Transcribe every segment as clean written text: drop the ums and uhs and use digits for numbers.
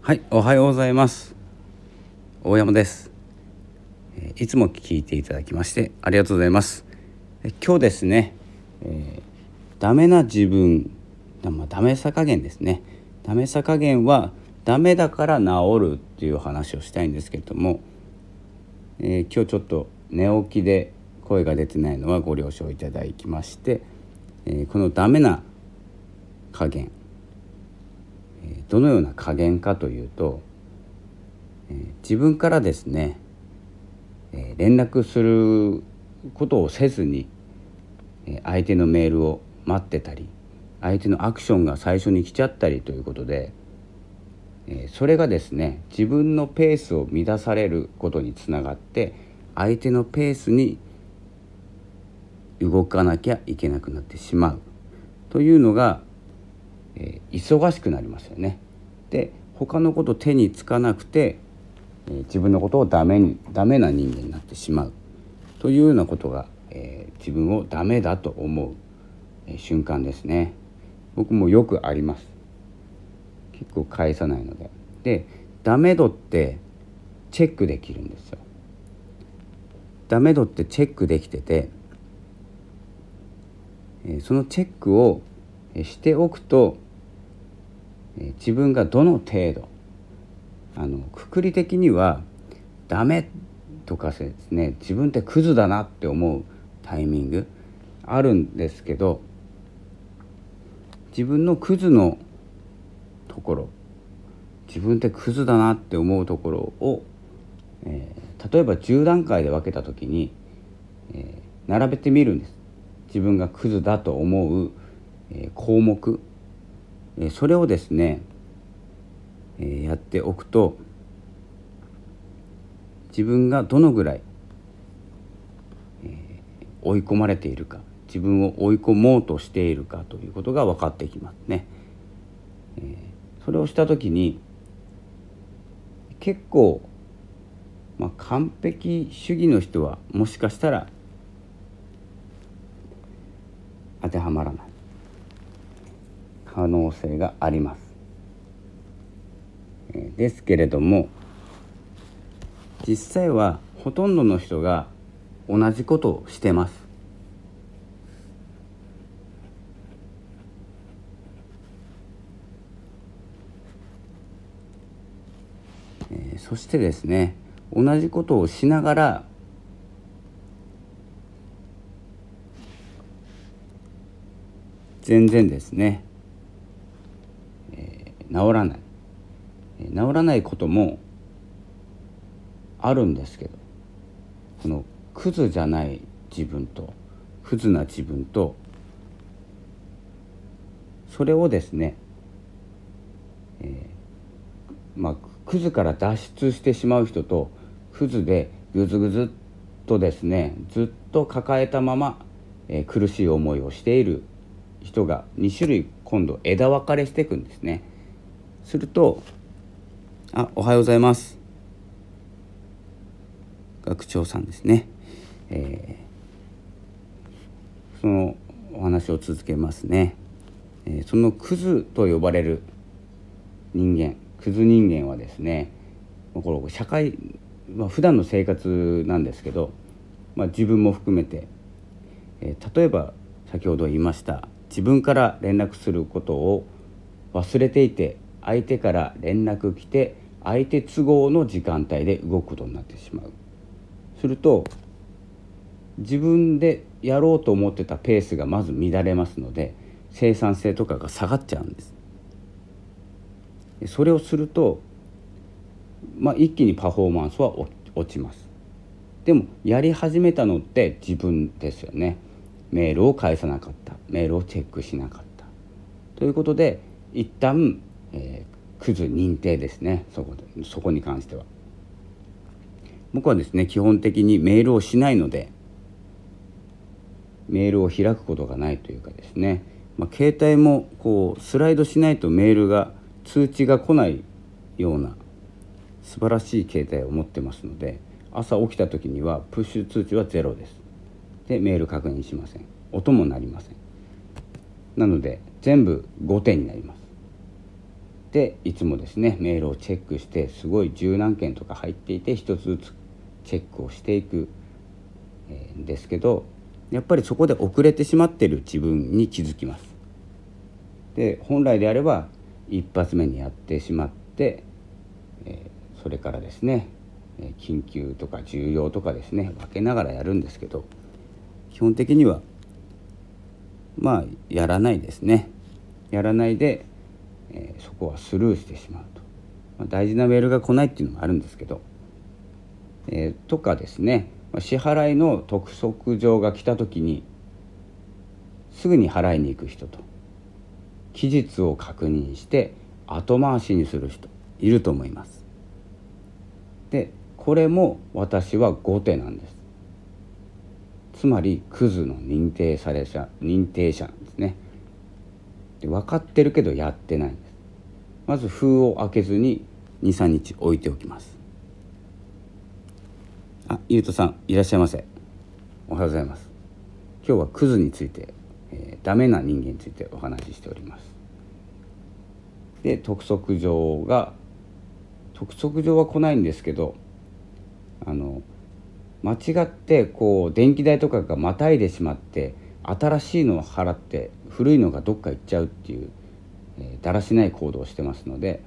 はい、おはようございます。大山です。いつも聞いていただきましてありがとうございます。今日ですね、ダメな自分、ダメさ加減ですね。ダメさ加減はダメだから治るっていう話をしたいんですけれども、今日ちょっと寝起きで声が出てないのはご了承いただきまして、このダメな加減、どのような加減かというと、自分からですね、連絡することをせずに相手のメールを待ってたり、相手のアクションが最初に来ちゃったりということで、それがですね、自分のペースを乱されることにつながって、相手のペースに動かなきゃいけなくなってしまうというのが、忙しくなりますよね。で、他のこと手につかなくて、自分のことをダメな人間になってしまうというようなことが、自分をダメだと思う、瞬間ですね。僕もよくあります。結構返さないので。で、ダメ度ってチェックできるんですよ。ダメ度ってチェックできてて、そのチェックをしておくと、自分がどの程度、くくり的にはダメとかですね、自分ってクズだなって思うタイミングあるんですけど、自分のクズのところ、自分ってクズだなって思うところを、例えば10段階で分けた時に、並べてみるんです。自分がクズだと思う、項目、それをですね、やっておくと、自分がどのぐらい、追い込まれているか、自分を追い込もうとしているかということが分かってきますね。それをした時に結構、完璧主義の人はもしかしたら当てはまらない可能性があります。ですけれども、実際はほとんどの人が同じことをしてます。そしてですね、同じことをしながら全然ですね、治らないこともあるんですけど、このクズじゃない自分とクズな自分と、それをですね、クズから脱出してしまう人と、クズでぐずぐずっとですね、ずっと抱えたまま、苦しい思いをしている人が2種類今度枝分かれしていくんですね。すると、おはようございます。学長さんですね。そのお話を続けますね。そのクズと呼ばれる人間、クズ人間はですね、これ社会、普段の生活なんですけど、自分も含めて、例えば先ほど言いました自分から連絡することを忘れていて、相手から連絡来て相手都合の時間帯で動くことになってしまう。すると自分でやろうと思ってたペースがまず乱れますので、生産性とかが下がっちゃうんです。それをすると、一気にパフォーマンスは落ちます。でもやり始めたのって自分ですよね。メールを返さなかった、メールをチェックしなかったということで、一旦、クズ認定ですね。そこに関しては僕はですね、基本的にメールをしないので、メールを開くことがないというかですね、携帯もこうスライドしないとメールが通知が来ないような素晴らしい携帯を持ってますので、朝起きた時にはプッシュ通知はゼロです。で、メール確認しません。音も鳴りません。なので全部5点になります。 でいつもですねメールをチェックして、すごい十何件とか入っていて一つずつチェックをしていくんですけど、やっぱりそこで遅れてしまっている自分に気づきます。で本来であれば一発目にやってしまって、それからですね緊急とか重要とかですね分けながらやるんですけど、基本的にはやらないですね。やらないで、そこはスルーしてしまうと、大事なメールが来ないっていうのもあるんですけど、とかですね、支払いの督促状が来た時にすぐに払いに行く人と、期日を確認して後回しにする人いると思います。でこれも私は後手なんです。つまりクズの認定者なんですね。で分かってるけどやってないんです。まず封を開けずに 2,3 日置いておきます。ゆうとさんいらっしゃいませ。おはようございます。今日はクズについて、ダメな人間についてお話ししております。で督促状は来ないんですけど、間違って電気代とかがまたいでしまって新しいのを払って古いのがどっか行っちゃうっていう、だらしない行動をしてますので、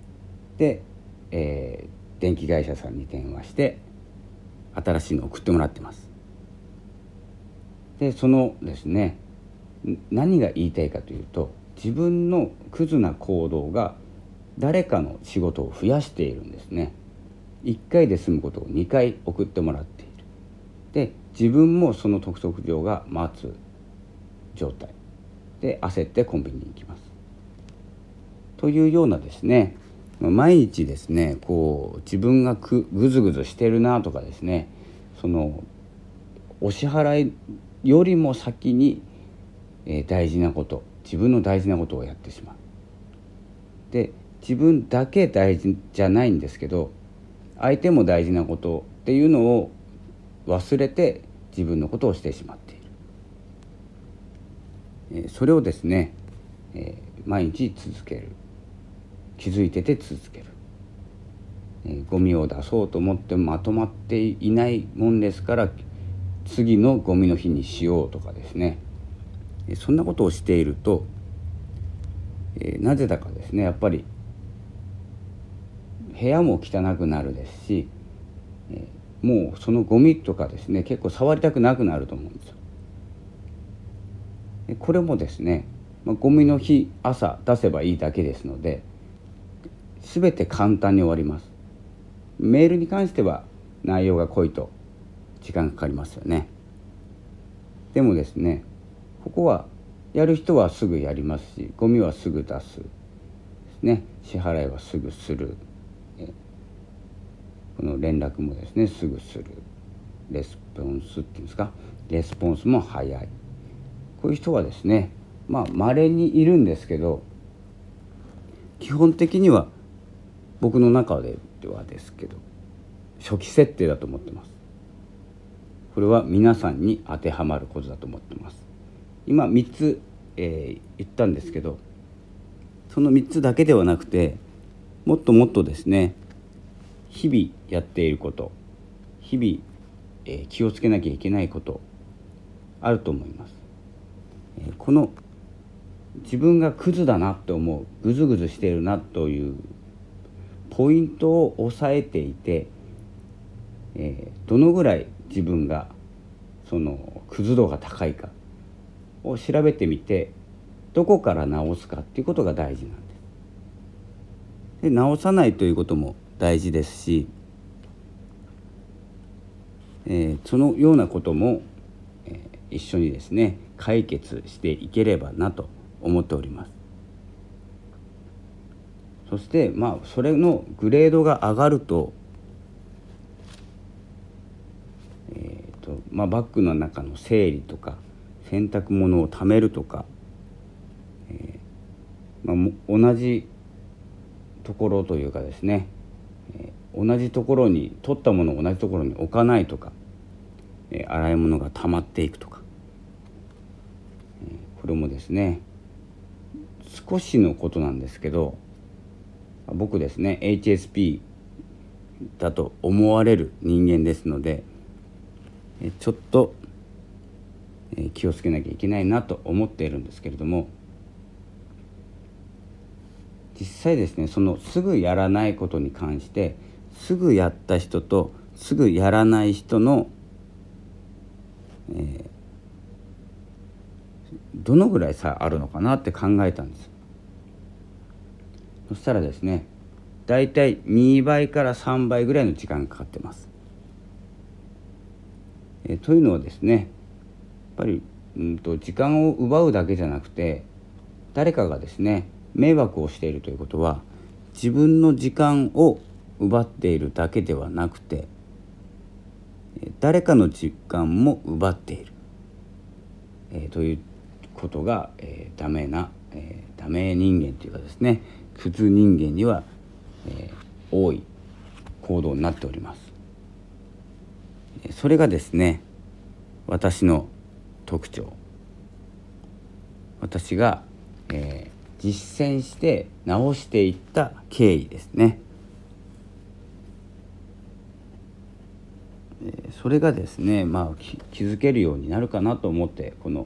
電気会社さんに電話して新しいのを送ってもらってます。でそのですね何が言いたいかというと、自分のクズな行動が誰かの仕事を増やしているんですね。1回で済むことを2回送ってもらっている。で自分もその督促状が待つ状態で焦ってコンビニに行きますというようなですね、毎日ですね自分がグズグズしてるなとかですね、そのお支払いよりも先に、大事なこと、自分の大事なことをやってしまう。で自分だけ大事じゃないんですけど、相手も大事なことっていうのを忘れて自分のことをしてしまっている。それをですね、毎日続ける。気づいてて続ける。ゴミを出そうと思ってもまとまっていないもんですから、次のゴミの日にしようとかですね、そんなことをしていると、なぜだかですね、やっぱり部屋も汚くなるですし、もうそのゴミとかですね結構触りたくなくなると思うんですよ。これもですね、ゴミの日朝出せばいいだけですので、全て簡単に終わります。メールに関しては内容が濃いと時間かかりますよね。でもですね、ここはやる人はすぐやりますし、ゴミはすぐ出すですね、支払いはすぐする、この連絡もですねすぐする、レスポンスっていうんですか、レスポンスも早い。こういう人はですね稀にいるんですけど、基本的には僕の中ではですけど初期設定だと思ってます。これは皆さんに当てはまることだと思ってます。今3つ、言ったんですけど、その3つだけではなくて、もっともっとですね日々やっていること、日々、気をつけなきゃいけないことあると思います。この自分がクズだなと思う、グズグズしているなというポイントを押さえていて、どのぐらい自分がそのクズ度が高いかを調べてみて、どこから直すかっていうことが大事なんです。で直さないということも大事ですし、そのようなことも、一緒にですね解決していければなと思っております。そしてそれのグレードが上がると、バッグの中の整理とか洗濯物をためるとか、同じところというかですね、同じところに取ったものを同じところに置かないとか、洗い物が溜まっていくとか、これもですね少しのことなんですけど、 僕ですね HSP だと思われる人間ですので、ちょっと気をつけなきゃいけないなと思っているんですけれども、実際ですね、そのすぐやらないことに関して、すぐやった人とすぐやらない人の、どのぐらい差あるのかなって考えたんです。そしたらですね、だいたい2倍から3倍ぐらいの時間がかかってます。というのはですね、やっぱり時間を奪うだけじゃなくて、誰かがですね迷惑をしているということは、自分の時間を奪っているだけではなくて、誰かの時間も奪っている、ということが、ダメ人間というかですね、クズ人間には、多い行動になっております。それがですね、私の特徴、私が、実践して直していった経緯ですね。それがですね、気づけるようになるかなと思って、この、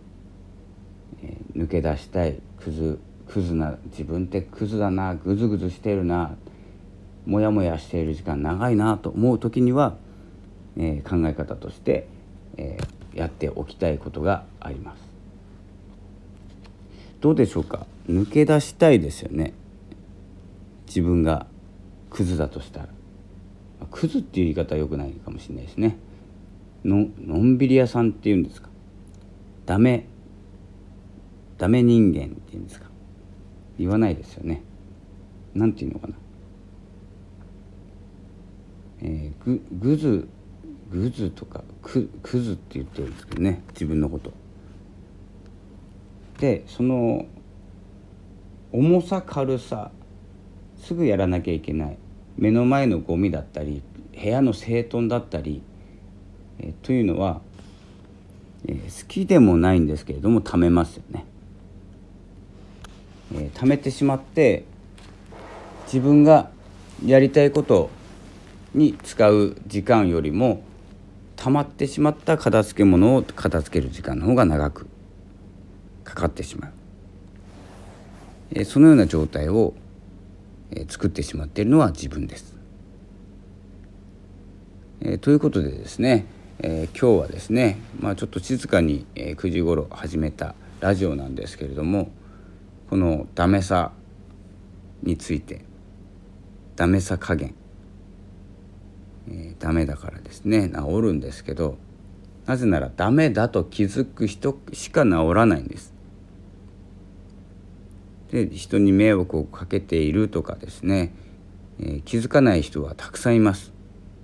抜け出したいクズな自分ってクズだな、グズグズしているな、モヤモヤしている時間長いなと思う時には、考え方として、やっておきたいことがあります。どうでしょうか。抜け出したいですよね。自分がクズだとしたら、クズっていう言い方は良くないかもしれないですね。のんびり屋さんっていうんですか、ダメ人間っていうんですか、言わないですよね。なんていうのかな、グズとかクズって言ってるんですけどね、自分のことで、その重さ軽さ、すぐやらなきゃいけない、目の前のゴミだったり部屋の整頓だったり、というのは、好きでもないんですけれども溜めますよね。溜めてしまって、自分がやりたいことに使う時間よりも、溜まってしまった片付け物を片付ける時間の方が長くかかってしまう、そのような状態を、作ってしまっているのは自分です。ということでですね、今日はですね、ちょっと静かに、9時頃始めたラジオなんですけれども、このダメさについて、ダメさ加減、ダメだからですね治るんですけど、なぜならダメだと気づく人しか治らないんです。で、人に迷惑をかけているとかですね、気づかない人はたくさんいます。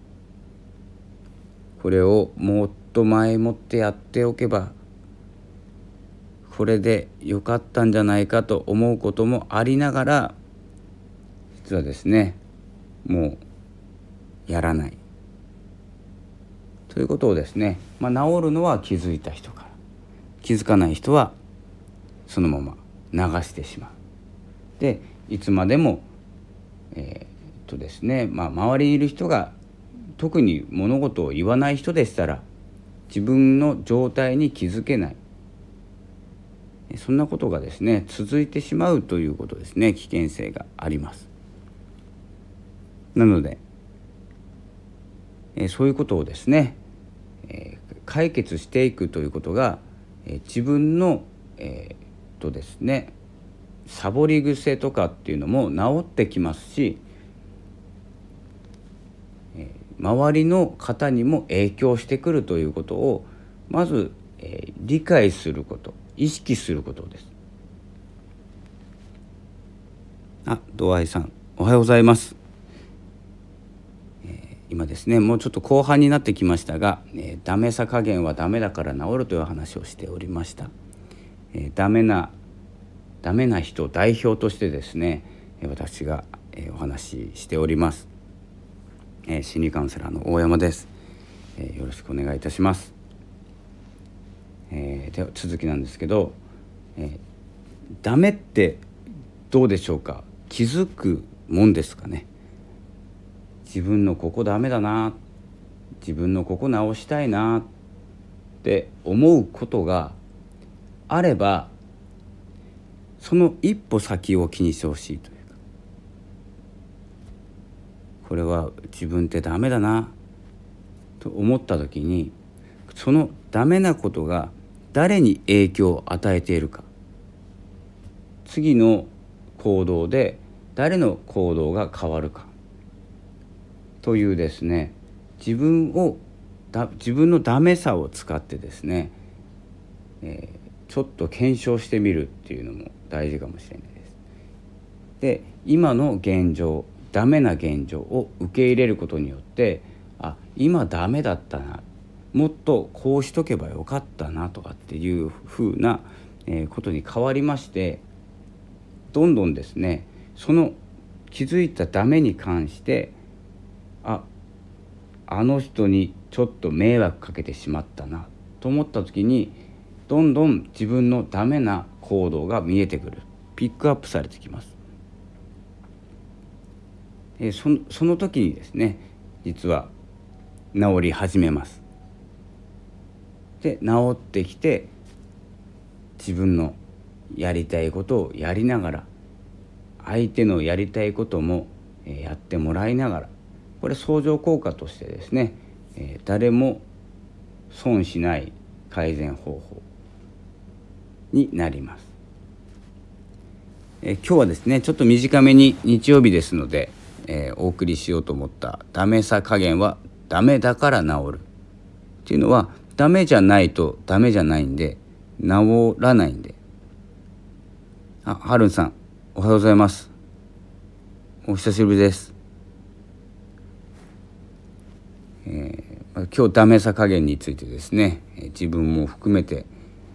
これをもっと前もってやっておけば、これで良かったんじゃないかと思うこともありながら、実はですねもうやらないということをですね、治るのは気づいた人から、気づかない人はそのまま流してしまう。で、いつまでもですね、周りにいる人が特に物事を言わない人でしたら、自分の状態に気づけない、そんなことがですね続いてしまうということですね。危険性があります。なので、そういうことをですね、解決していくということが、自分のですねサボり癖とかっていうのも治ってきますし、周りの方にも影響してくるということをまず、理解すること、意識することです。ドアイさんおはようございます。今ですねもうちょっと後半になってきましたが、ダメさ加減はダメだから治るという話をしておりました。ダメな人代表としてですね、私が、お話ししております、心理カウンセラーの大山です。よろしくお願いいたします。では続きなんですけど、ダメってどうでしょうか。気づくもんですかね。自分のここダメだな、自分のここ直したいなって思うことがあれば、その一歩先を気にしてほしいというか、これは自分ってダメだなと思った時に、そのダメなことが誰に影響を与えているか、次の行動で誰の行動が変わるかというですね、自分のダメさを使ってですね、ちょっと検証してみるっていうのも大事かもしれないです。で、今の現状、ダメな現状を受け入れることによって、今ダメだったな、もっとこうしとけばよかったなとかっていうふうなことに変わりまして、どんどんですね、その気づいたダメに関して、あの人にちょっと迷惑かけてしまったなと思った時に、どんどん自分のダメな行動が見えてくる、ピックアップされてきます。その時にですね、実は治り始めます。で、治ってきて、自分のやりたいことをやりながら、相手のやりたいこともやってもらいながら、これ相乗効果としてですね、誰も損しない改善方法になります。今日はですね、ちょっと短めに日曜日ですので、お送りしようと思ったダメさ加減はダメだから治るっていうのは、ダメじゃないとダメじゃないんで治らないんで。はるんさん、おはようございます。お久しぶりです。今日ダメさ加減についてですね、自分も含めて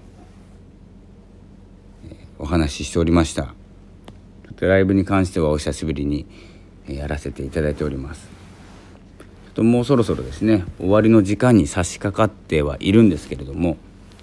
お話ししておりました。ちょっとライブに関してはお久しぶりにやらせていただいております。もうそろそろですね、終わりの時間に差し掛かってはいるんですけれども、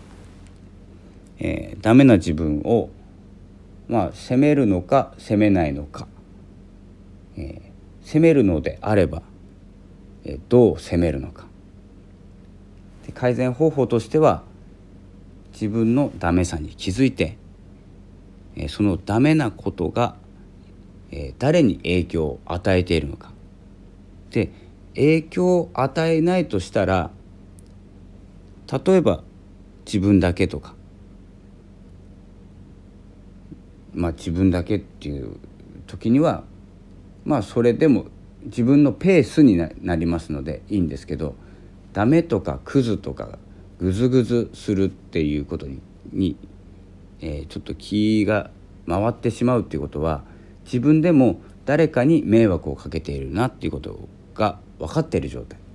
ダメな自分を責めるのか責めないのか、責めるのであればどう責めるのか。で、改善方法としては、自分のダメさに気づいて、そのダメなことが誰に影響を与えているのか。で、影響を与えないとしたら、例えば自分だけとか、自分だけっていう時にはそれでも自分のペースになりますのでいいんですけど、ダメとかクズとかグズグズするっていうことにちょっと気が回ってしまうっていうことは、自分でも誰かに迷惑をかけているなっていうことが分かっている状態。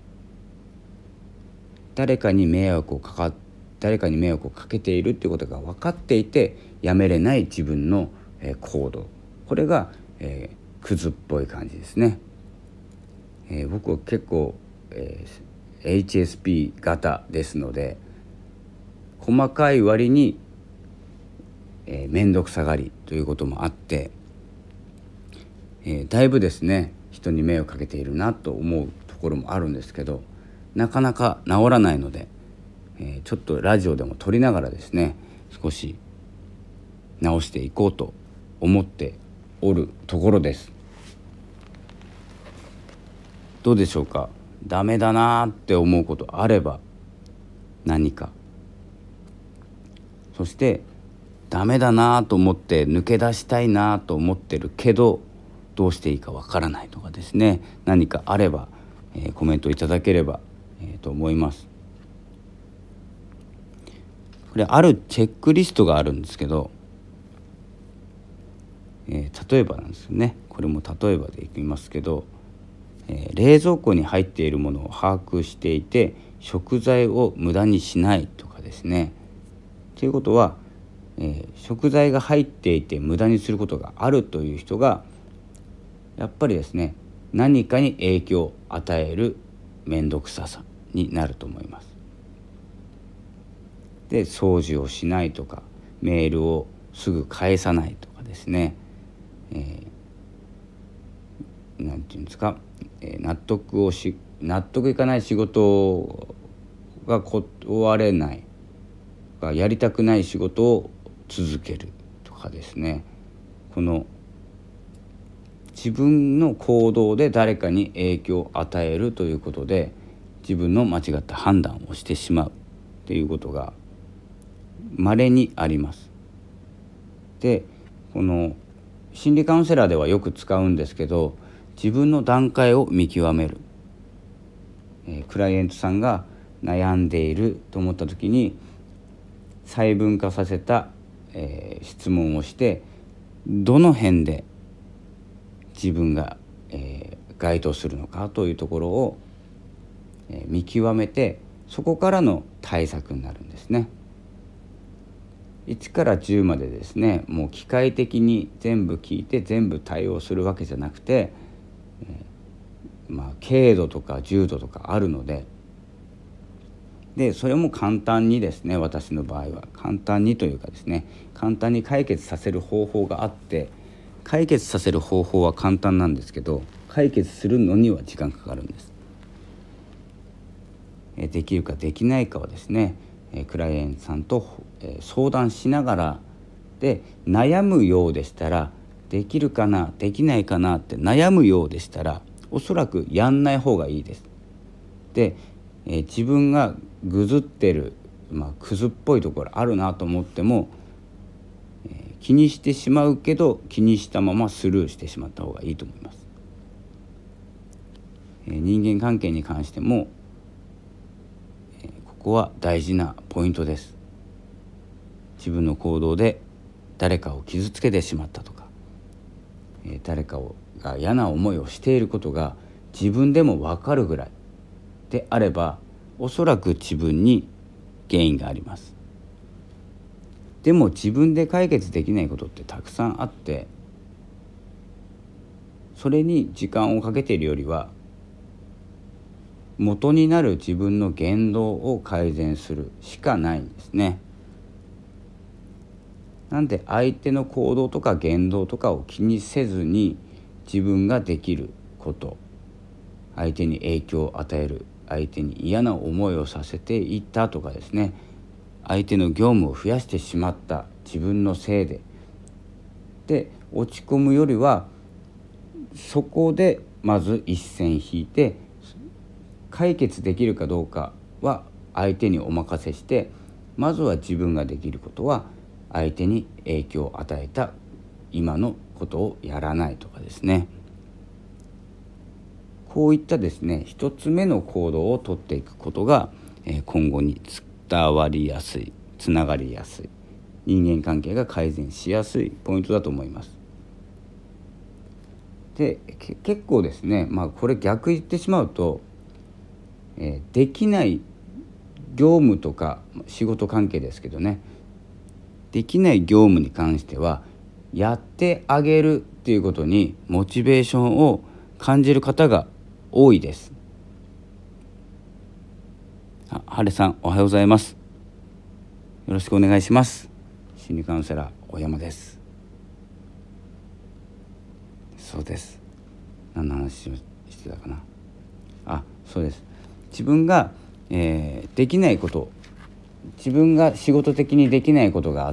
誰かに迷惑をかけているっていうことが分かっていて、やめれない自分の行動、これがクズっぽい感じですね。僕は結構、HSP 型ですので、細かい割に面倒くさがりということもあって、だいぶですね、人に迷惑かけているなと思うところもあるんですけど、なかなか治らないので、ちょっとラジオでも撮りながらですね、少し直していこうと思っておるところです。どうでしょうか。ダメだなって思うことあれば何か、そしてダメだなと思って抜け出したいなと思ってるけどどうしていいかわからないとかですね、何かあれば、コメントいただければ、と思います。これあるチェックリストがあるんですけど、例えばなんですよね。これも例えばでいきますけど、冷蔵庫に入っているものを把握していて食材を無駄にしないとかですね。ということは、食材が入っていて無駄にすることがあるという人がやっぱりですね、何かに影響を与える面倒くささになると思います。で、掃除をしないとかメールをすぐ返さないとかですね、 ですか、納得いかない仕事が断れない、やりたくない仕事を続けるとかですね、この自分の行動で誰かに影響を与えるということで自分の間違った判断をしてしまうっていうことが稀にあります。で、この心理カウンセラーではよく使うんですけど、自分の段階を見極める、クライアントさんが悩んでいると思った時に細分化させた、質問をして、どの辺で自分が、該当するのかというところを、見極めて、そこからの対策になるんですね。1から10までですね、もう機械的に全部聞いて全部対応するわけじゃなくて、軽度とか重度とかあるので、それも簡単にですね、私の場合は簡単にというかですね、簡単に解決させる方法があって、解決させる方法は簡単なんですけど、解決するのには時間かかるんです。できるかできないかはですね、クライアントさんと相談しながらで、悩むようでしたら、できるかなできないかなって悩むようでしたら、おそらくやんない方がいいです。で、自分がぐずってる、クズっぽいところあるなと思っても、気にしてしまうけど気にしたままスルーしてしまった方がいいと思います。人間関係に関しても、ここは大事なポイントです。自分の行動で誰かを傷つけてしまったとか、誰かが嫌な思いをしていることが自分でも分かるぐらいであれば、おそらく自分に原因があります。でも自分で解決できないことってたくさんあって、それに時間をかけているよりは、元になる自分の言動を改善するしかないんですね。なんで相手の行動とか言動とかを気にせずに、自分ができること、相手に影響を与える、相手に嫌な思いをさせていったとかですね、相手の業務を増やしてしまった自分のせいで落ち込むよりは、そこでまず一線引いて、解決できるかどうかは相手にお任せして、まずは自分ができることは相手に影響を与えた今のことをやらないとかですね、こういったですね一つ目の行動をとっていくことが、今後に伝わりやすい、つながりやすい、人間関係が改善しやすいポイントだと思います。で、結構ですね、これ逆言ってしまうと、できない業務とか仕事関係ですけどね、できない業務に関してはやってあげるっていうことにモチベーションを感じる方が多いです。はるさん、おはようございます。よろしくお願いします。心理カウンセラー大山です。そうです。何の話してたかな。そうです。自分が、できないこと、自分が仕事的にできないことがあって、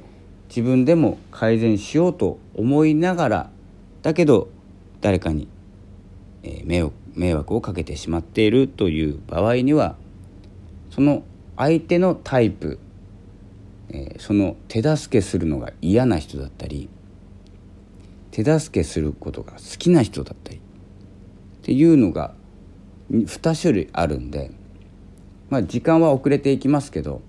自分でも改善しようと思いながら、だけど誰かに、迷惑をかけてしまっているという場合には、その相手のタイプ、その手助けするのが嫌な人だったり、手助けすることが好きな人だったりっていうのが2種類あるんで、時間は遅れていきますけど、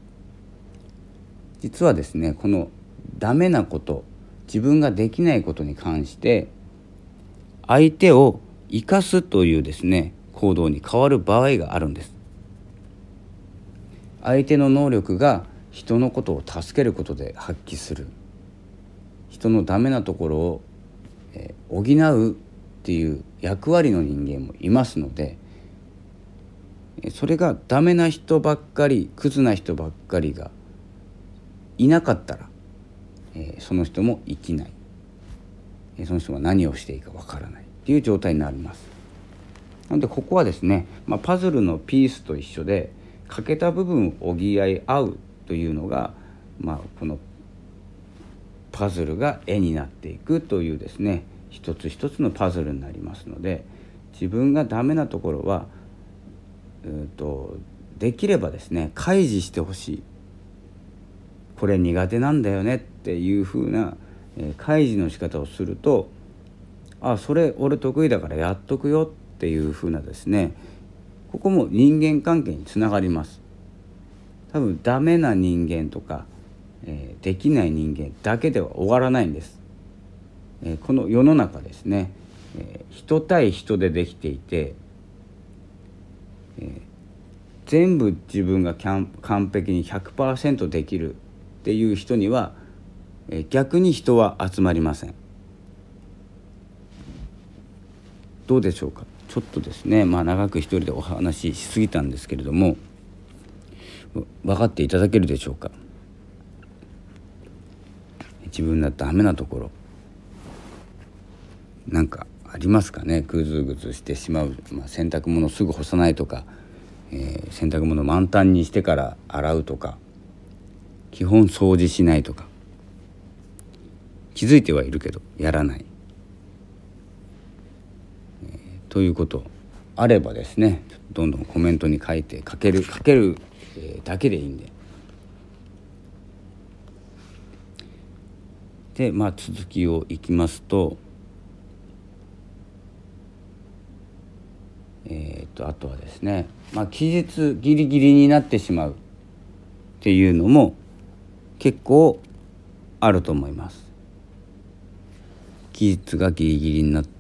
実はですね、このダメなこと、自分ができないことに関して相手を生かすというですね行動に変わる場合があるんです。相手の能力が人のことを助けることで発揮する、人のダメなところを、補うっていう役割の人間もいますので、それがダメな人ばっかり、クズな人ばっかりがいなかったら、その人も生きない。 その人が何をしていいかわからないっていう状態になります。なのでここはですね、パズルのピースと一緒で欠けた部分を補い合うというのが、このパズルが絵になっていくというですね、一つ一つのパズルになりますので、自分がダメなところはできればですね開示してほしい。これ苦手なんだよねっていう風な開示の仕方をすると、それ俺得意だからやっとくよっていう風なですね、ここも人間関係につながります。多分ダメな人間とか、できない人間だけでは終わらないんです。この世の中ですね、人対人でできていて、全部自分が完璧に 100% できるっていう人には、逆に人は集まりません。どうでしょうか。ちょっとですね、長く一人でお話ししすぎたんですけれども、分かっていただけるでしょうか。自分のダメなところなんかありますかね。グズグズしてしまう、洗濯物すぐ干さないとか、洗濯物満タンにしてから洗うとか、基本掃除しないとか、気づいてはいるけどやらない、ということあればですね、どんどんコメントに書ける、だけでいいんで。で、続きをいきますと、あとはですね、期日ギリギリになってしまうっていうのも結構あると思います。期日がギリギリになって、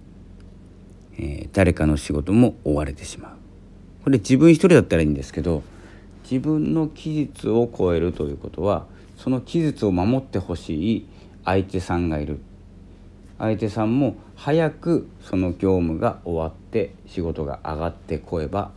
誰かの仕事も追われてしまう。これ自分一人だったらいいんですけど、自分の期日を超えるということは、その期日を守ってほしい相手さんがいる。相手さんも早くその業務が終わって仕事が上がってこえば、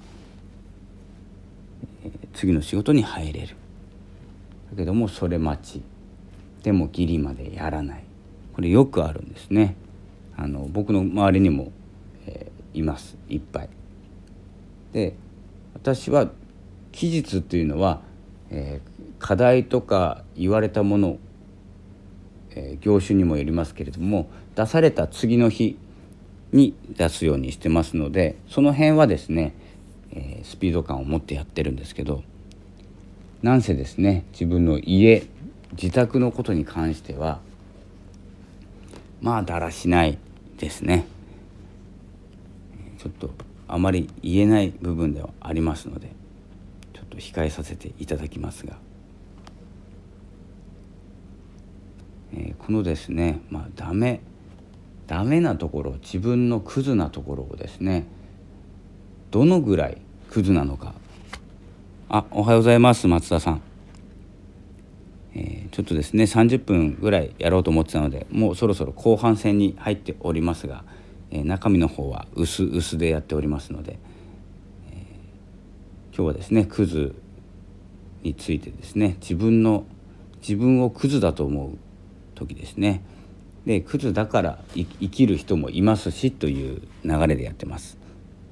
次の仕事に入れる。だけどもそれ待ちでもギリまでやらない。これよくあるんですね。僕の周りにも、います、いっぱい。で、私は期日っていうのは、課題とか言われたもの、業種にもよりますけれども、出された次の日に出すようにしてますので、その辺はですね、スピード感を持ってやってるんですけど、なんせですね、自分の自宅のことに関してはだらしないですね。ちょっとあまり言えない部分ではありますので、ちょっと控えさせていただきますが、このですね、ダメなところ、自分のクズなところをですね、どのぐらいクズなのか。おはようございます、松田さん。ちょっとですね30分ぐらいやろうと思ってたので、もうそろそろ後半戦に入っておりますが、中身の方は薄々でやっておりますので、今日はですねクズについてですね、自分をクズだと思う時ですね。で、クズだから生きる人もいますしという流れでやってます。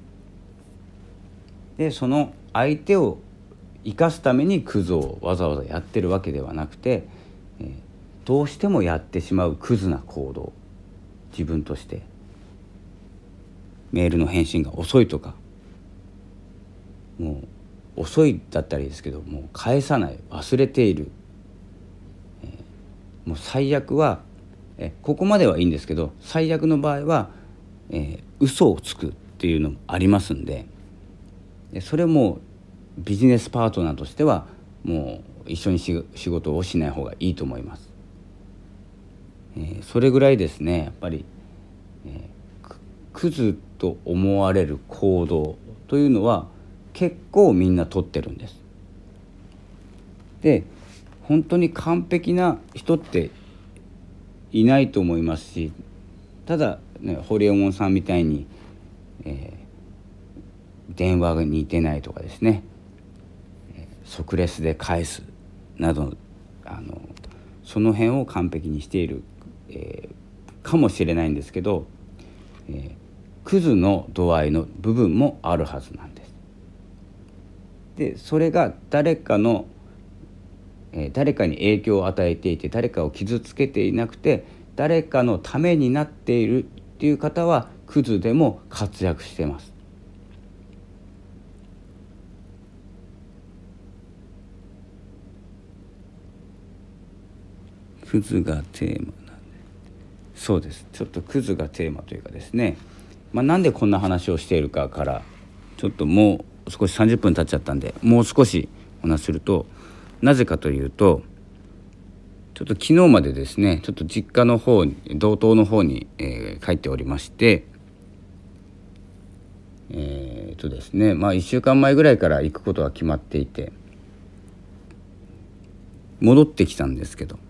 で、その相手を生かすためにクズをわざわざやってるわけではなくて、どうしてもやってしまうクズな行動、自分としてメールの返信が遅いとか、もう遅いだったらいいですけど、もう返さない、忘れている、もう最悪はここまではいいんですけど、最悪の場合は、嘘をつくっていうのもありますんで、それもビジネスパートナーとしてはもう一緒に仕事をしない方がいいと思います。それぐらいですね、やっぱり、クズと思われる行動というのは結構みんな取ってるんです。で、本当に完璧な人っていないと思いますし、ただね、ホリエモンさんみたいに、電話に出ないとかですね、即レスで返すなど、その辺を完璧にしている、かかもしれないんですけど、クズの度合いの部分もあるはずなんです。でそれが誰かに影響を与えていて、誰かを傷つけていなくて誰かのためになっているっていう方はクズでも活躍しています。クズがテーマなんで、そうです。ちょっとクズがテーマというかですね、なんでこんな話をしているかからちょっともう少し30分経っちゃったんで、もう少しお話しすると、なぜかというと、ちょっと昨日までですね、ちょっと実家の方に、道東の方に、帰っておりまして、ですね、1週間前ぐらいから行くことは決まっていて戻ってきたんですけど、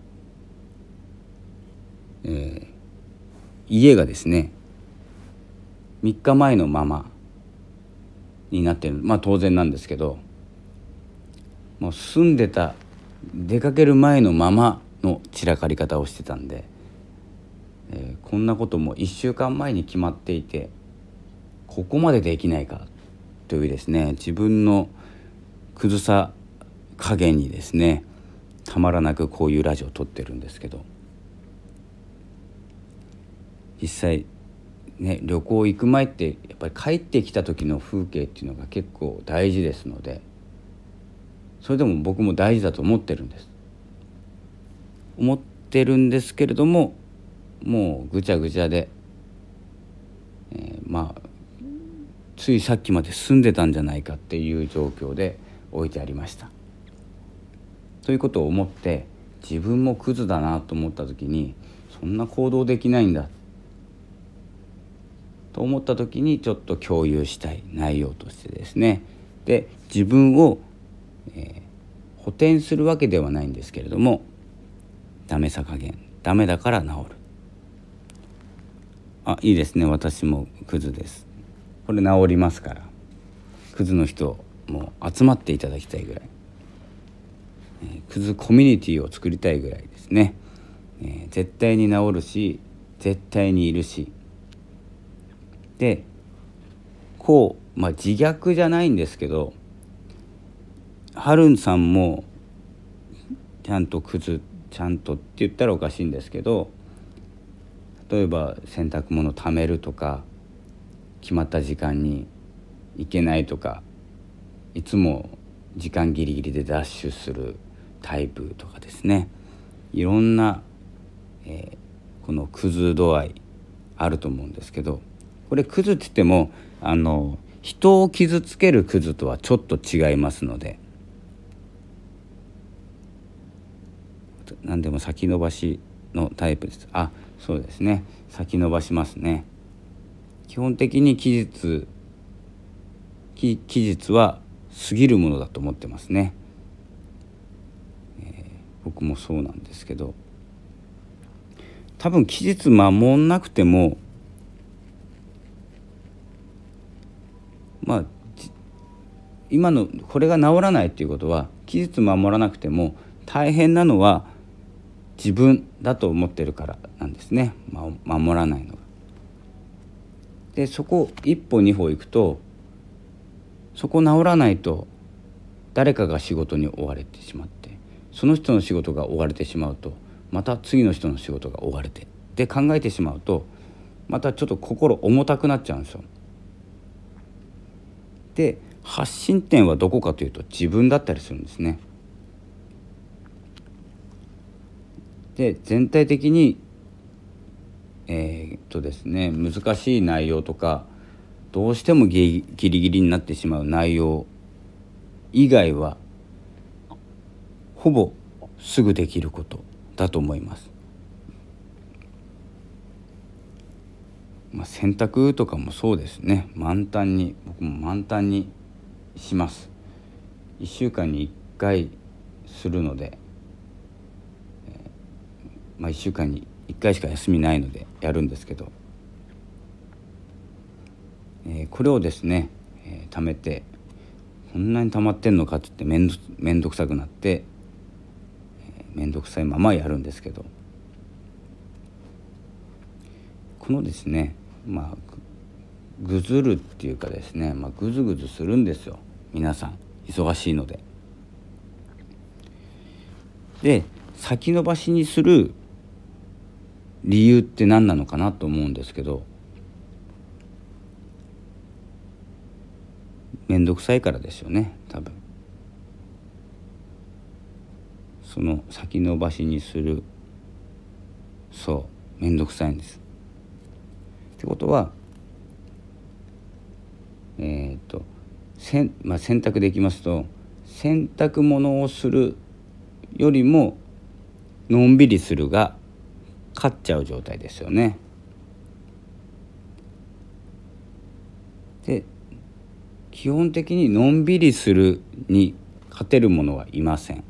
家がですね3日前のままになってる。当然なんですけど、もう住んでた出かける前のままの散らかり方をしてたんで、こんなことも1週間前に決まっていてここまでできないかというですね、自分のクズさ加減にですねたまらなくこういうラジオを撮ってるんですけど、実際ね、旅行行く前ってやっぱり帰ってきた時の風景っていうのが結構大事ですので、それでも僕も大事だと思ってるんですけれども、もうぐちゃぐちゃで、ついさっきまで住んでたんじゃないかっていう状況で置いてありました。ということを思って、自分もクズだなと思った時に、そんな行動できないんだと思った時にちょっと共有したい内容としてですね、で自分を、補填するわけではないんですけれども、ダメさ加減、ダメだから治る。いいですね、私もクズです。これ治りますから、クズの人も集まっていただきたいぐらい、クズコミュニティを作りたいぐらいですね。絶対に治るし絶対にいるし、でこう、自虐じゃないんですけど、はるんさんもちゃんとって言ったらおかしいんですけど、例えば洗濯物ためるとか、決まった時間に行けないとか、いつも時間ギリギリでダッシュするタイプとかですね、いろんな、このクズ度合いあると思うんですけど、これクズって言っても人を傷つけるクズとはちょっと違いますので、何でも先延ばしのタイプです。そうですね、先延ばしますね。基本的に期日は過ぎるものだと思ってますね。僕もそうなんですけど、多分期日守んなくても今のこれが治らないっていうことは、期日守らなくても大変なのは自分だと思ってるからなんですね、守らないのが。でそこ一歩二歩行くと、そこ治らないと誰かが仕事に追われてしまって、その人の仕事が追われてしまうとまた次の人の仕事が追われてで考えてしまうと、またちょっと心重たくなっちゃうんですよ。で発信点はどこかというと自分だったりするんですね。で全体的にですね、難しい内容とかどうしてもギリギリになってしまう内容以外はほぼすぐできることだと思います。洗濯とかもそうですね。僕も満タンにします。1週間に1回するので、1週間に1回しか休みないのでやるんですけど、これをですね、貯めて、こんなに溜まってんのかって言ってめんどくさくなって、めんどくさいままやるんですけど、 このですねぐずるっていうかですね、ぐずぐずするんですよ。皆さん忙しいので。で、先延ばしにする理由って何なのかなと思うんですけど、めんどくさいからですよね、多分。その先延ばしにする、そうめんどくさいんです。ってことは洗濯できますと、洗濯物をするよりものんびりするが勝っちゃう状態ですよね。で、基本的にのんびりするに勝てるものはいません。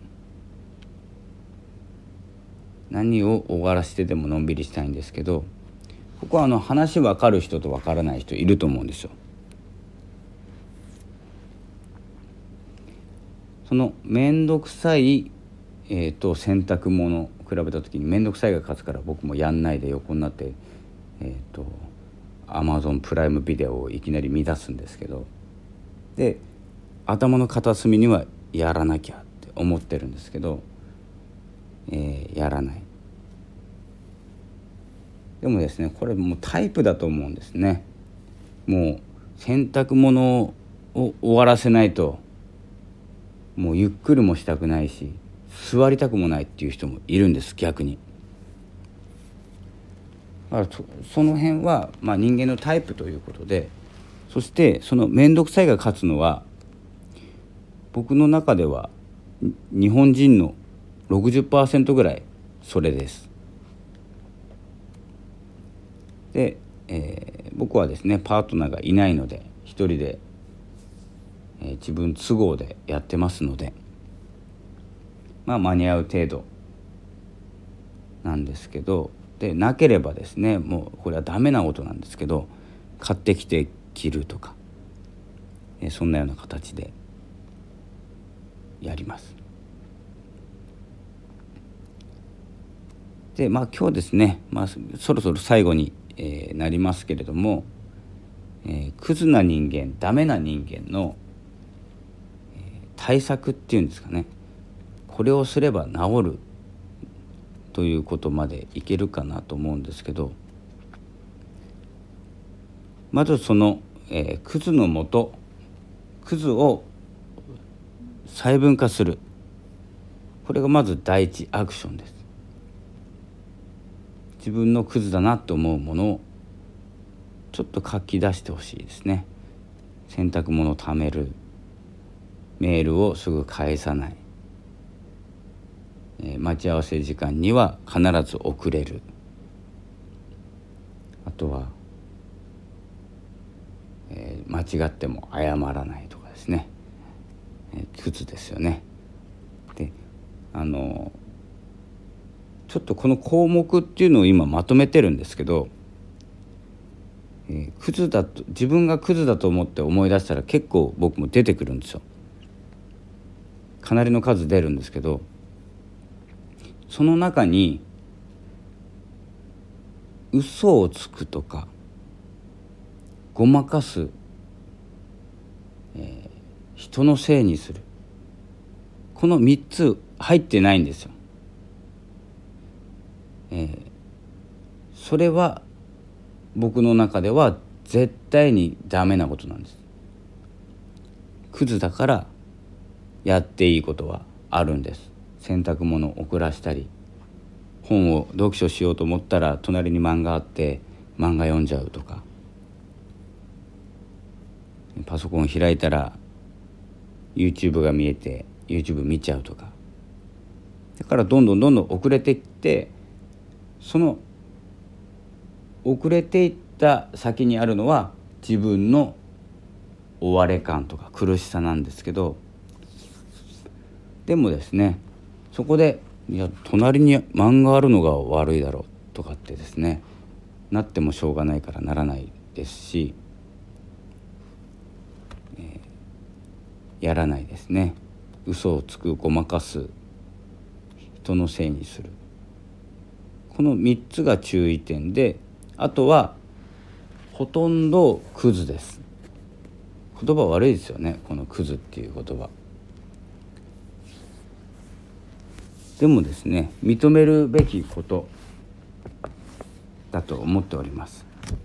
何を終わらせてでものんびりしたいんですけど、ここは話分かる人と分からない人いると思うんですよ。その面倒くさい、洗濯物を比べた時に面倒くさいが勝つから、僕もやんないで横になってAmazon プライムビデオをいきなり見出すんですけど、で頭の片隅にはやらなきゃって思ってるんですけど、やらない。でもですね、これもうタイプだと思うんですね。もう洗濯物を終わらせないともうゆっくりもしたくないし、座りたくもないっていう人もいるんです、逆に。だからその辺は、人間のタイプということで、そしてその面倒くさいが勝つのは、僕の中では日本人の 60% ぐらいそれです。で、僕はですねパートナーがいないので一人で、自分都合でやってますので、間に合う程度なんですけど、でなければですね、もうこれはダメなことなんですけど、買ってきて着るとか、そんなような形でやります。で今日ですね、そろそろ最後に、なりますけれども、クズな人間、ダメな人間の、対策っていうんですかね、これをすれば治るということまでいけるかなと思うんですけど、まずその、クズのもと、クズを細分化する、これがまず第一アクションです。自分のクズだなと思うものをちょっと書き出してほしいですね。洗濯物を貯める、メールをすぐ返さない、待ち合わせ時間には必ず遅れる、あとは、間違っても謝らないとかですね、クズですよね。でちょっとこの項目っていうのを今まとめてるんですけど、クズだと、自分がクズだと思って思い出したら結構僕も出てくるんですよ。かなりの数出るんですけど、その中に嘘をつくとかごまかす、人のせいにする、この3つ入ってないんですよ。それは僕の中では絶対にダメなことなんです。クズだからやっていいことはあるんです。洗濯物を遅らしたり、本を読書しようと思ったら隣に漫画あって漫画読んじゃうとか、パソコン開いたら YouTube が見えて YouTube 見ちゃうとか、だからどんどん遅れていって、その遅れていった先にあるのは自分の追われ感とか苦しさなんですけど、でもですね、そこでいや隣に漫画あるのが悪いだろうとかってですねなってもしょうがないからならないですし、やらないですね。嘘をつく、ごまかす、人のせいにする、この3つが注意点で、 あとはほとんどクズです。言葉悪いですよね、このクズっていう言葉。でもですね、認めるべきことだと思っております。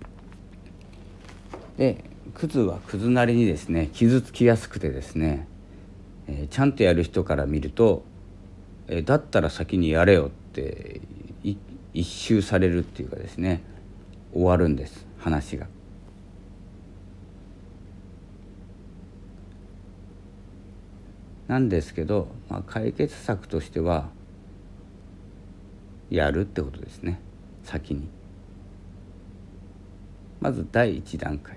で、クズはクズなりにですね、傷つきやすくてですね、ちゃんとやる人から見ると、だったら先にやれよって一蹴されるっていうかですね、終わるんです、話が。なんですけど、解決策としてはやるってことですね。先にまず第一段階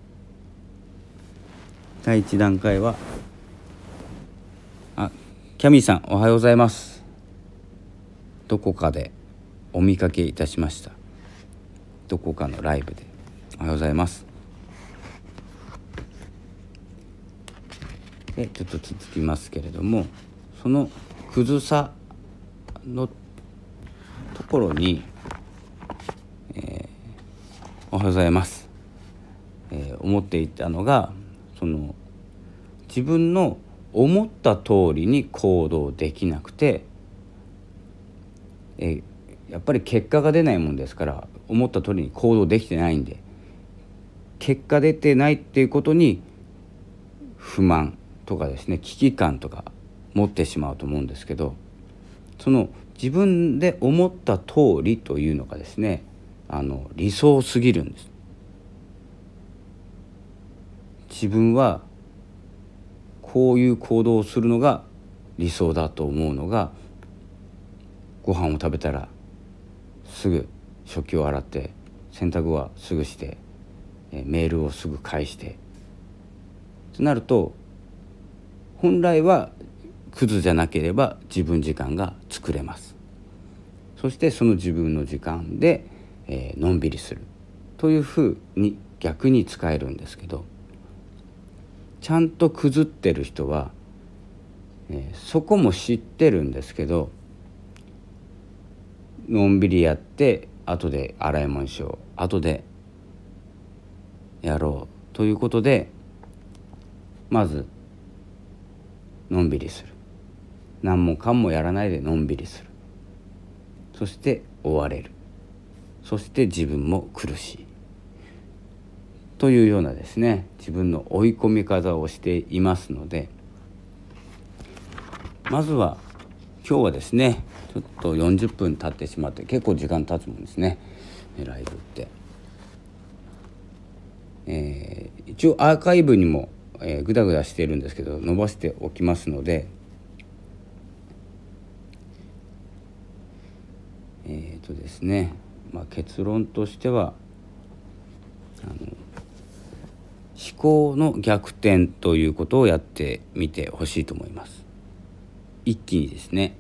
は、キャミーさんおはようございます。どこかでお見かけいたしました。どこかのライブでおはようございます。でちょっと続きますけれども、そのクズさのところに、おはようございます、思っていたのが、その自分の思った通りに行動できなくて、やっぱり結果が出ないもんですから、思った通りに行動できてないんで、結果出てないっていうことに不満とかですね、危機感とか持ってしまうと思うんですけど、その自分で思った通りというのがですね、理想すぎるんです。自分はこういう行動をするのが理想だと思うのが、ご飯を食べたらすぐ食器を洗って、洗濯はすぐして、メールをすぐ返してとなると、本来はクズじゃなければ自分時間が作れます。そしてその自分の時間で、のんびりするというふうに逆に使えるんですけど、ちゃんとクズってる人は、そこも知ってるんですけど、のんびりやって後で洗い物しよう、後でやろうということで、まずのんびりする。何もかもやらないでのんびりする。そして追われる。そして自分も苦しいというようなですね、自分の追い込み方をしていますので、まずは今日はですね、ちょっと40分経ってしまって、結構時間経つもんですね、ライブって。一応アーカイブにも、グダグダしているんですけど、伸ばしておきますので、ですね、結論としては、思考の逆転ということをやってみてほしいと思います。一気にですね、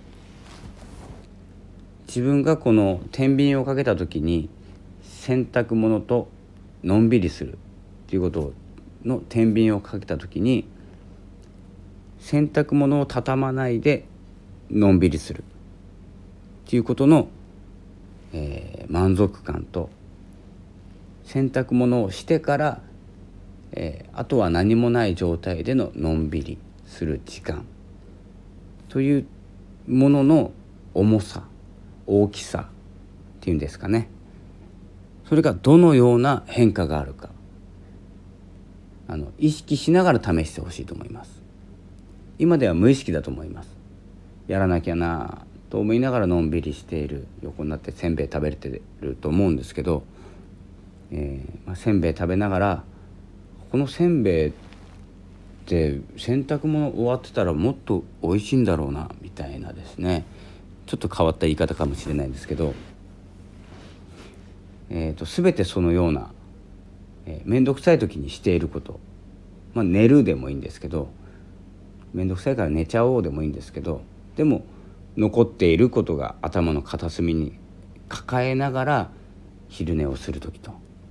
自分がこの天秤をかけた時に、洗濯物とのんびりするということの天秤をかけた時に、洗濯物を畳まないでのんびりするということの、満足感と、洗濯物をしてから、あとは何もない状態でののんびりする時間というものの重さ、大きさっていうんですかね、それがどのような変化があるか、意識しながら試してほしいと思います。今では無意識だと思います。やらなきゃなと思いながらのんびりしている、横になってせんべい食べれてると思うんですけど、せんべい食べながら、このせんべいって洗濯物終わってたらもっと美味しいんだろうなみたいなですね、ちょっと変わった言い方かもしれないんですけど、全てそのような、面倒くさい時にしていること、寝るでもいいんですけど、面倒くさいから寝ちゃおうでもいいんですけど、でも残っていることが頭の片隅に抱えながら昼寝をする時と、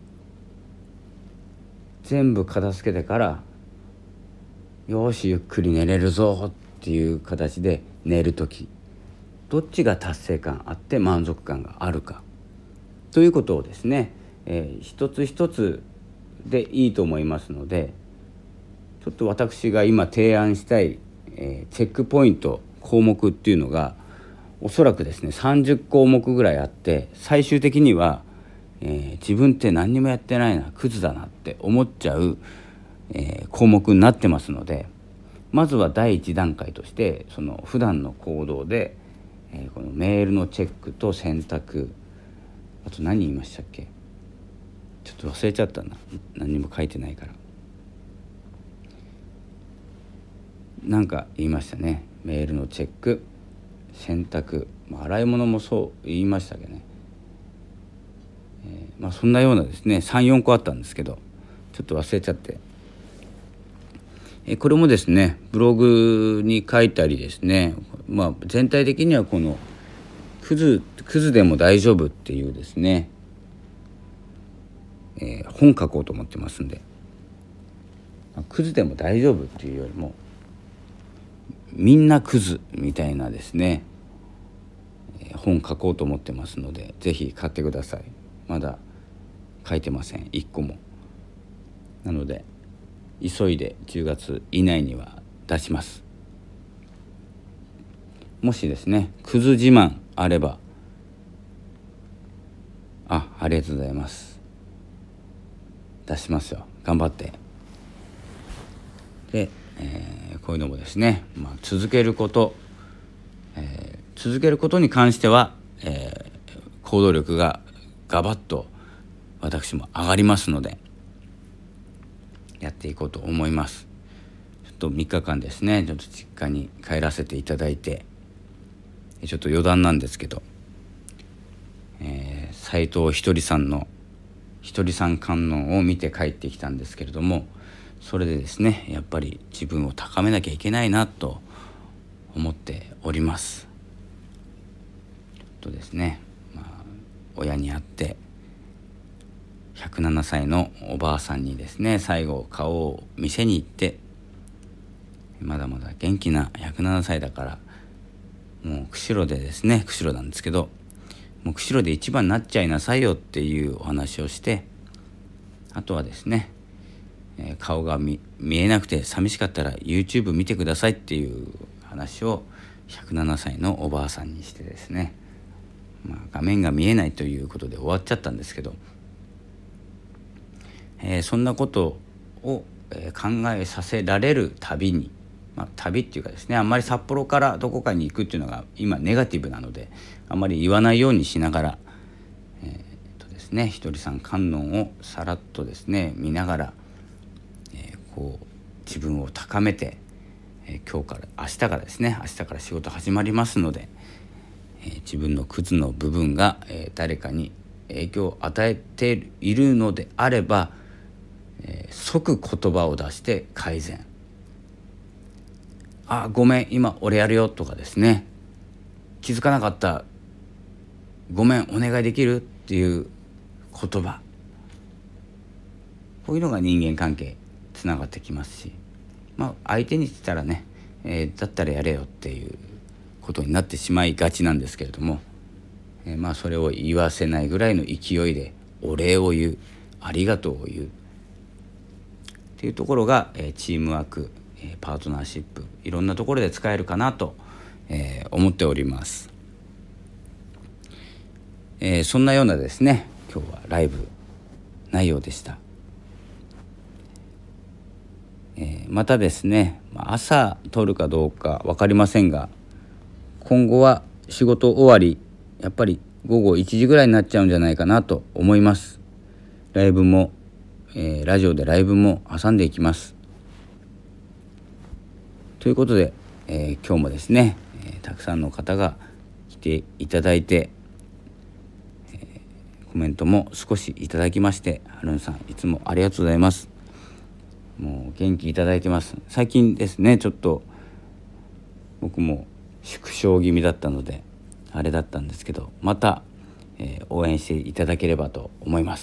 全部片付けてからよしゆっくり寝れるぞっていう形で寝る時、どっちが達成感あって満足感があるかということをですね、一つ一つでいいと思いますので、ちょっと私が今提案したい、チェックポイント項目っていうのがおそらくですね30項目ぐらいあって、最終的には、自分って何にもやってないな、クズだなって思っちゃう、項目になってますので、まずは第一段階としてその普段の行動で、このメールのチェックと選択、あと何言いましたっけ、ちょっと忘れちゃったな、何にも書いてないから。なんか言いましたね。メールのチェック、洗濯、洗い物もそう言いましたけどね、そんなようなですね 3,4 個あったんですけど、ちょっと忘れちゃって、これもですねブログに書いたりですね、全体的にはこのクズでも大丈夫っていうですね、本書こうと思ってますんで、クズでも大丈夫っていうよりもみんなクズみたいなですね、本書こうと思ってますので、ぜひ買ってください。まだ書いてません、1個も。なので急いで10月以内には出します。もしですねクズ自慢あれば、ありがとうございます、出しますよ、頑張って。で、こういうのもですね、続けること、続けることに関しては、行動力がガバッと私も上がりますので、やっていこうと思います。ちょっと3日間ですね、ちょっと実家に帰らせていただいて、ちょっと余談なんですけど、斉藤ひとりさんのひとりさん観音を見て帰ってきたんですけれども、それでですねやっぱり自分を高めなきゃいけないなと思っております。とですね、親に会って107歳のおばあさんにですね最後顔を見せに行って、まだまだ元気な107歳だから、もう釧路でですね、釧路なんですけど、もう釧路で一番になっちゃいなさいよっていうお話をして、あとはですね、顔が 見えなくて寂しかったら YouTube 見てくださいっていう話を107歳のおばあさんにしてですね、画面が見えないということで終わっちゃったんですけど、そんなことを、考えさせられる旅に、旅っていうかですね、あんまり札幌からどこかに行くっていうのが今ネガティブなので、あんまり言わないようにしながら、ですね、ひとりさん観音をさらっとですね見ながら、こう自分を高めて、明日からですね、明日から仕事始まりますので、自分のクズの部分が、誰かに影響を与えているのであれば、即言葉を出して改善。ごめん今俺やるよとかですね、気づかなかった、ごめんお願いできるっていう言葉、こういうのが人間関係つながってきますし、相手にしたらね、だったらやれよっていうことになってしまいがちなんですけれども、それを言わせないぐらいの勢いでお礼を言う、ありがとうを言うっていうところが、チームワーク、パートナーシップ、いろんなところで使えるかなと、思っております。そんなようなですね今日はライブ内容でした。またですね、朝撮るかどうか分かりませんが、今後は仕事終わりやっぱり午後1時ぐらいになっちゃうんじゃないかなと思います。ライブも、ラジオでライブも挟んでいきます。ということで、今日もですね、たくさんの方が来ていただいて、コメントも少しいただきまして、はるんさんいつもありがとうございます。もう元気いただいてます。最近ですねちょっと僕も縮小気味だったのであれだったんですけど、また、応援していただければと思います。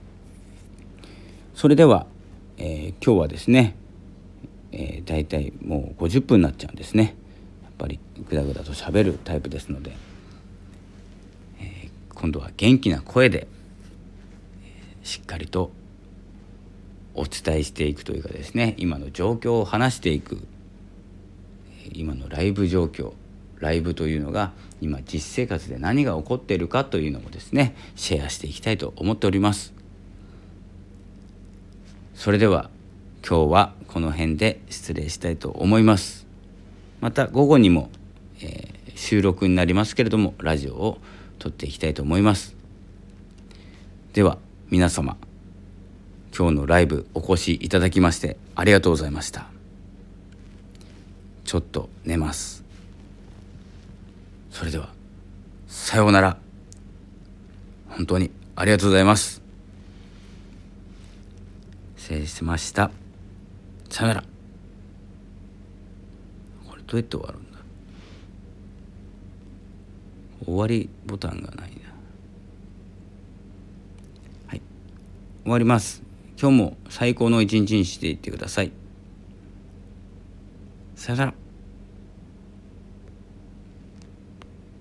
それでは、今日はですね、だいたいもう50分になっちゃうんですね。やっぱりグダグダと喋るタイプですので、 今度は元気な声でしっかりとお伝えしていくというかですね、今の状況を話していく、今のライブ状況、ライブというのが今実生活で何が起こっているかというのもですね、シェアしていきたいと思っております。それでは今日はこの辺で失礼したいと思います。また午後にも、収録になりますけれどもラジオを撮っていきたいと思います。では皆様、今日のライブお越しいただきましてありがとうございました。ちょっと寝ます。それではさようなら。本当にありがとうございます。失礼しました。さようなら。これどうやって終わるんだ。終わりボタンがないな。はい、終わります。今日も最高の一日にしていってください。さよなら。